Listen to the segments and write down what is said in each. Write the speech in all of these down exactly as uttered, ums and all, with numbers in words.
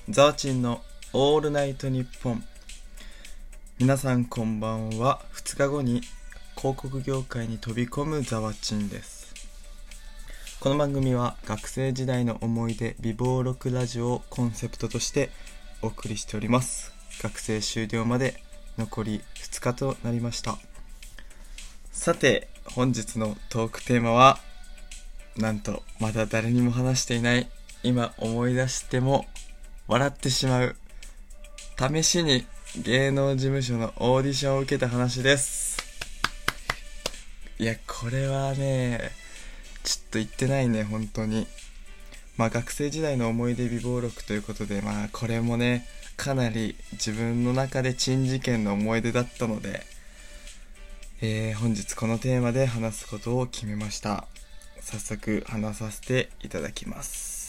ザワチンのオールナイトニッポン。皆さんこんばんは。ふつかごに広告業界に飛び込むザワチンです。この番組は学生時代の思い出美貌録ラジオをコンセプトとしてお送りしております。学生終了まで残りふつかとなりました。さて本日のトークテーマは、なんとまだ誰にも話していない、今思い出しても笑ってしまう、試しに芸能事務所のオーディションを受けた話です。いやこれはねちょっと言ってないね本当に。まあ学生時代の思い出美貌録ということで、まあこれもねかなり自分の中で珍事件の思い出だったので、えー、本日このテーマで話すことを決めました。早速話させていただきます。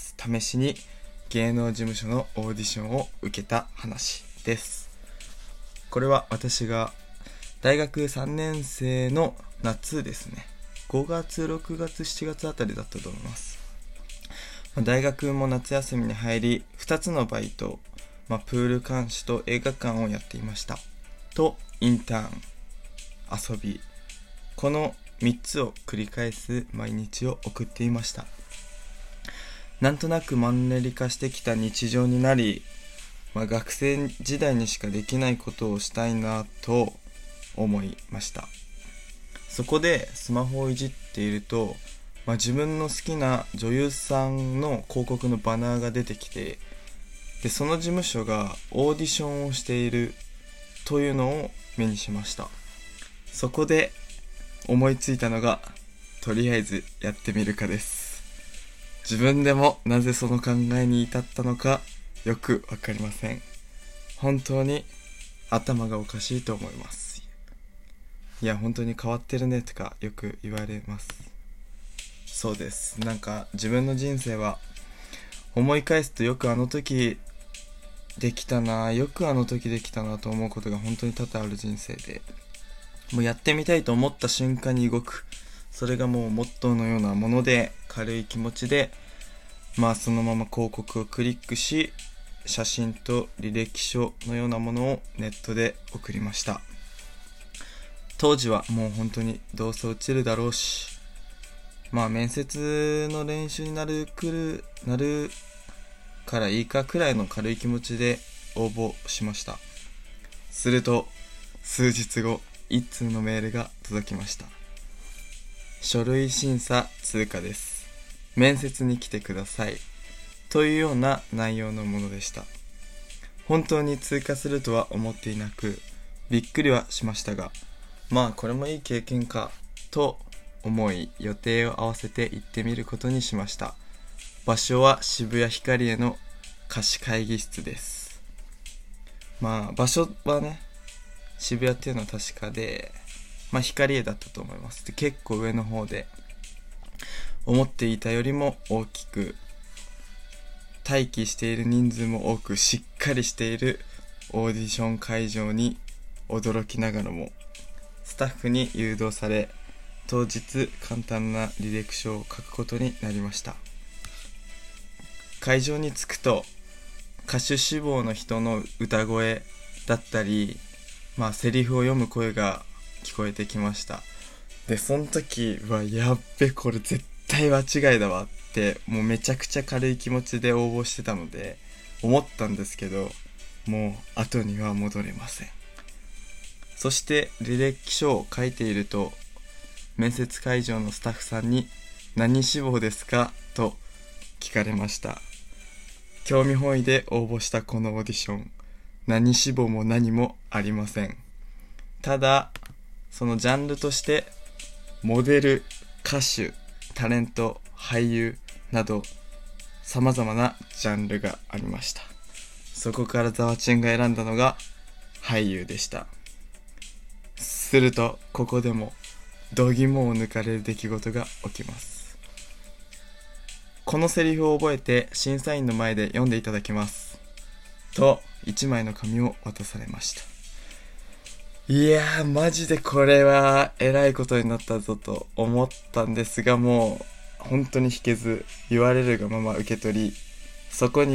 試しに芸能事務所のオーディションを受けた話です。これは私が大学さんねん生の夏ですね。ごがつ、ろくがつ、しちがつあたりだったと思います。大学も夏休みに入り、ふたつのバイト、まあ、プール監視と映画館をやっていました。と、インターン、遊び、このみっつを繰り返す毎日を送っていました。なんとなくマンネリ化してきた日常になり、まあ、学生時代にしかできないことをしたいなと思いました。そこでスマホをいじっていると、まあ、自分の好きな女優さんの広告のバナーが出てきて、でその事務所がオーディションをしているというのを目にしました。そこで思いついたのが、とりあえずやってみるかです。自分でもなぜその考えに至ったのかよくわかりません。本当に頭がおかしいと思います。いや本当に変わってるねとかよく言われます。そうです。なんか自分の人生は思い返すとよくあの時できたなよくあの時できたなと思うことが本当に多々ある人生で、もうやってみたいと思った瞬間に動く、それがもうモットーのようなもので、軽い気持ちでまあそのまま広告をクリックし、写真と履歴書のようなものをネットで送りました。当時はもう本当にどうせ落ちるだろうし、まあ面接の練習になるくるなるからいいかくらいの軽い気持ちで応募しました。すると数日後、一通のメールが届きました。書類審査通過です。面接に来てください。というような内容のものでした。本当に通過するとは思っていなく、びっくりはしましたが、まあこれもいい経験かと思い、予定を合わせて行ってみることにしました。場所は渋谷ヒカリエの貸し会議室です。まあ場所はね、渋谷っていうのは確かで、まあヒカリエだったと思います。で結構上の方で、思っていたよりも大きく、待機している人数も多く、しっかりしているオーディション会場に驚きながらも、スタッフに誘導され、当日簡単な履歴書を書くことになりました。会場に着くと、歌手志望の人の歌声だったり、まあセリフを読む声が聞こえてきました。でその時はやっべこれ絶対間違いだわって、もうめちゃくちゃ軽い気持ちで応募してたので思ったんですけど、もう後には戻れません。そして履歴書を書いていると、面接会場のスタッフさんに何志望ですかと聞かれました。興味本位で応募したこのオーディション、何志望も何もありません。ただそのジャンルとしてモデル、歌手、タレント、俳優など様々なジャンルがありました。そこからザワチンが選んだのが俳優でした。するとここでも度肝を抜かれる出来事が起きます。このセリフを覚えて審査員の前で読んでいただきますと一枚の紙を渡されました。いやーマジでこれはえらいことになったぞと思ったんですが、もう本当に引けず、言われるがまま受け取り、そこには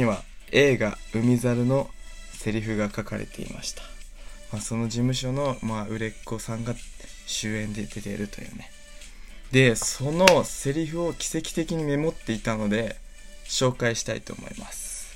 映画海猿のセリフが書かれていました。まあ、その事務所の、まあ、売れっ子さんが主演で出ているというね。で、そのセリフを奇跡的にメモっていたので紹介したいと思います。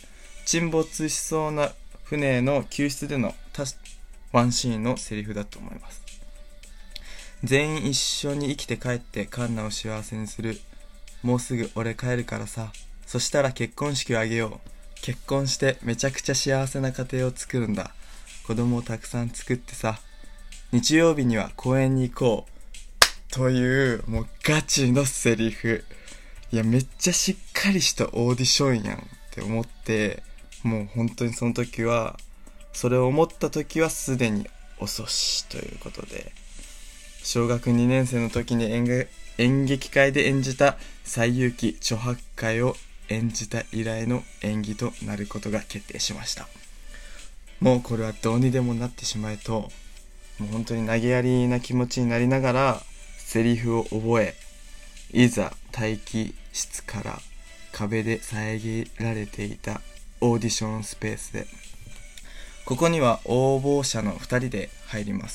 沈没しそうな船の救出でのワンシーンのセリフだと思います。全員一緒に生きて帰ってカンナを幸せにする。もうすぐ俺帰るからさ。そしたら結婚式をあげよう。結婚してめちゃくちゃ幸せな家庭を作るんだ。子供をたくさん作ってさ。日曜日には公園に行こう。というもうガチのセリフ。いやめっちゃしっかりしたオーディションやんって思って、もう本当にその時は、それを思った時はすでに遅しということで、小学にねん生の時に 演, 演劇界で演じた西遊記猪八戒を演じた以来の演技となることが決定しました。もうこれはどうにでもなってしまえと、もう本当に投げやりな気持ちになりながらセリフを覚え、いざ待機室から壁で遮られていたオーディションスペースで、ここには応募者のふたりで入ります。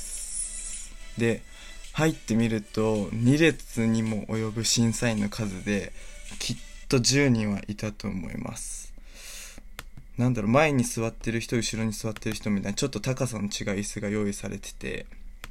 で、入ってみるとに列にも及ぶ審査員の数で、きっとじゅうにんはいたと思います。なんだろう、前に座ってる人、後ろに座ってる人みたいな、ちょっと高さの違う椅子が用意されてて、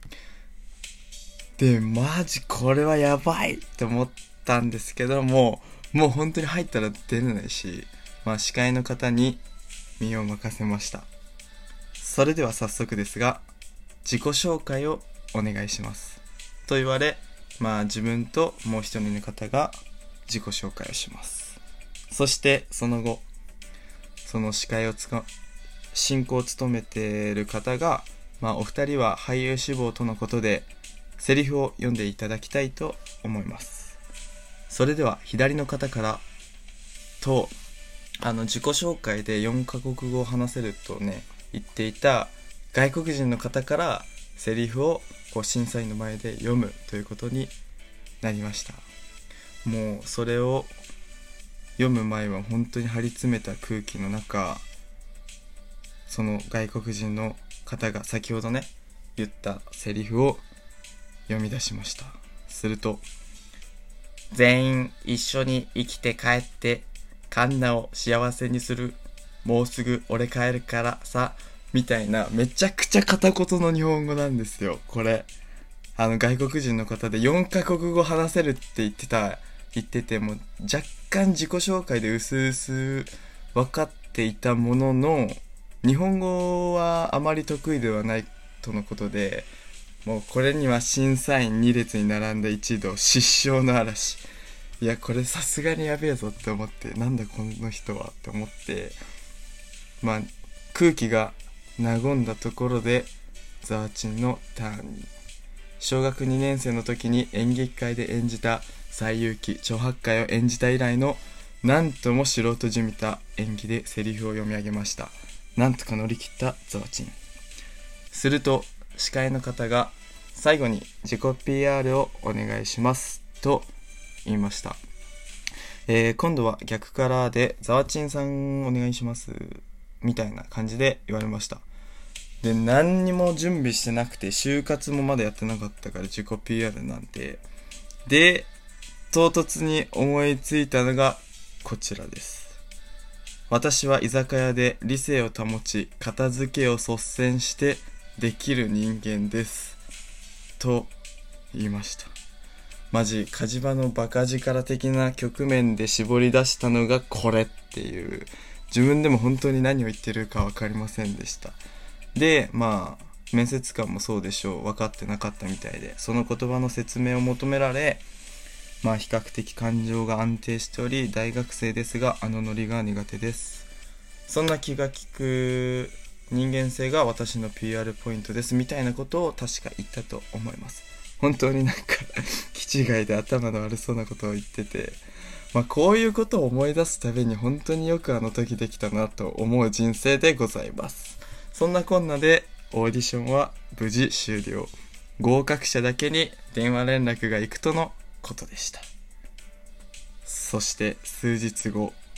で、マジこれはやばいって思ったんですけども、もう本当に入ったら出れないし、まあ司会の方に身を任せました。それでは早速ですが、自己紹介をお願いしますと言われ、まあ自分ともう一人の方が自己紹介をします。そしてその後、その司会をつか進行を務めている方が、まあお二人は俳優志望とのことでセリフを読んでいただきたいと思います。それでは左の方からと、あの自己紹介でよんカ国語を話せるとね言っていた外国人の方からセリフをこう審査員の前で読むということになりました。もうそれを読む前は本当に張り詰めた空気の中、その外国人の方が先ほどね言ったセリフを読み出しました。すると、全員一緒に生きて帰ってカンナを幸せにする。もうすぐ俺帰るからさ、みたいなめちゃくちゃ片言の日本語なんですよ。これあの外国人の方でよんカ国語話せるって言ってた言ってても若干自己紹介でうすうす分かっていたものの、日本語はあまり得意ではないとのことで、もうこれには審査員に列に並んで一同失笑の嵐。いやこれさすがにやべえぞって思って、なんだこの人はって思って、まあ空気が和んだところでザワチンのターンに。小学にねん生の時に演劇界で演じた西遊記猪八戒を演じた以来のなんとも素人じみた演技でセリフを読み上げました。なんとか乗り切ったザワチン。すると司会の方が最後に自己 ピーアール をお願いしますと言いました。えー、今度は逆からでザワチンさんお願いしますみたいな感じで言われました。で、何にも準備してなくて就活もまだやってなかったから自己 ピーアール なんて。で、唐突に思いついたのがこちらです。私は居酒屋で理性を保ち片付けを率先してできる人間ですと言いました。マジ火事場のバカ力的な局面で絞り出したのがこれっていう、自分でも本当に何を言ってるか分かりませんでした。で、まあ面接官もそうでしょう、分かってなかったみたいで、その言葉の説明を求められ、まあ比較的感情が安定しており大学生ですがあのノリが苦手です。そんな気が利く人間性が私の ピーアール ポイントですみたいなことを確か言ったと思います。本当になんか気違いで頭の悪そうなことを言ってて、まあこういうことを思い出すたびに本当によくあの時できたなと思う人生でございます。そんなこんなでオーディションは無事終了。合格者だけに電話連絡が行くとのことでした。そして数日後、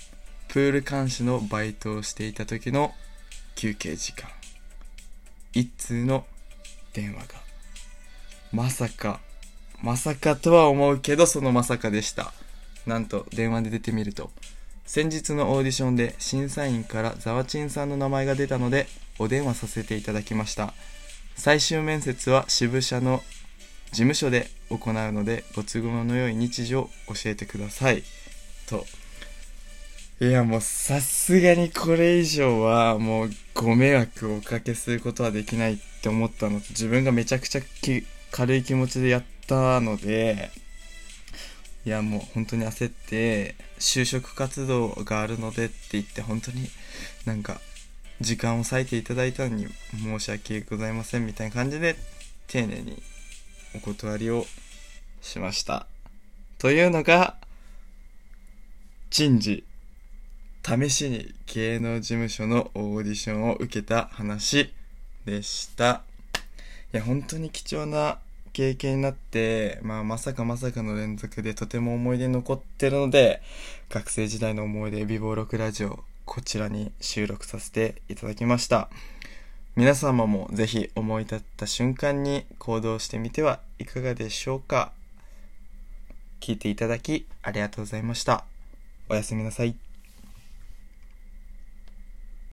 プール監視のバイトをしていた時の休憩時間、一通の電話がまさかまさかとは思うけど、そのまさかでした。なんと電話で出てみると、先日のオーディションで審査員からザワチンさんの名前が出たのでお電話させていただきました。最終面接は渋社の事務所で行うのでご都合の良い日時を教えてくださいと。いやもうさすがにこれ以上はもうご迷惑をおかけすることはできないって思ったのと、自分がめちゃくちゃき軽い気持ちでやったので、いやもう本当に焦って就職活動があるのでって言って、本当になんか時間を割いていただいたのに申し訳ございませんみたいな感じで丁寧にお断りをしました。というのが人事試しに芸能事務所のオーディションを受けた話でした。いや本当に貴重な経験になって、まあ、まさかまさかの連続でとても思い出に残ってるので、学生時代の思い出美貌録ラジオ、こちらに収録させていただきました。皆様もぜひ思い立った瞬間に行動してみてはいかがでしょうか。聞いていただきありがとうございました。おやすみなさい。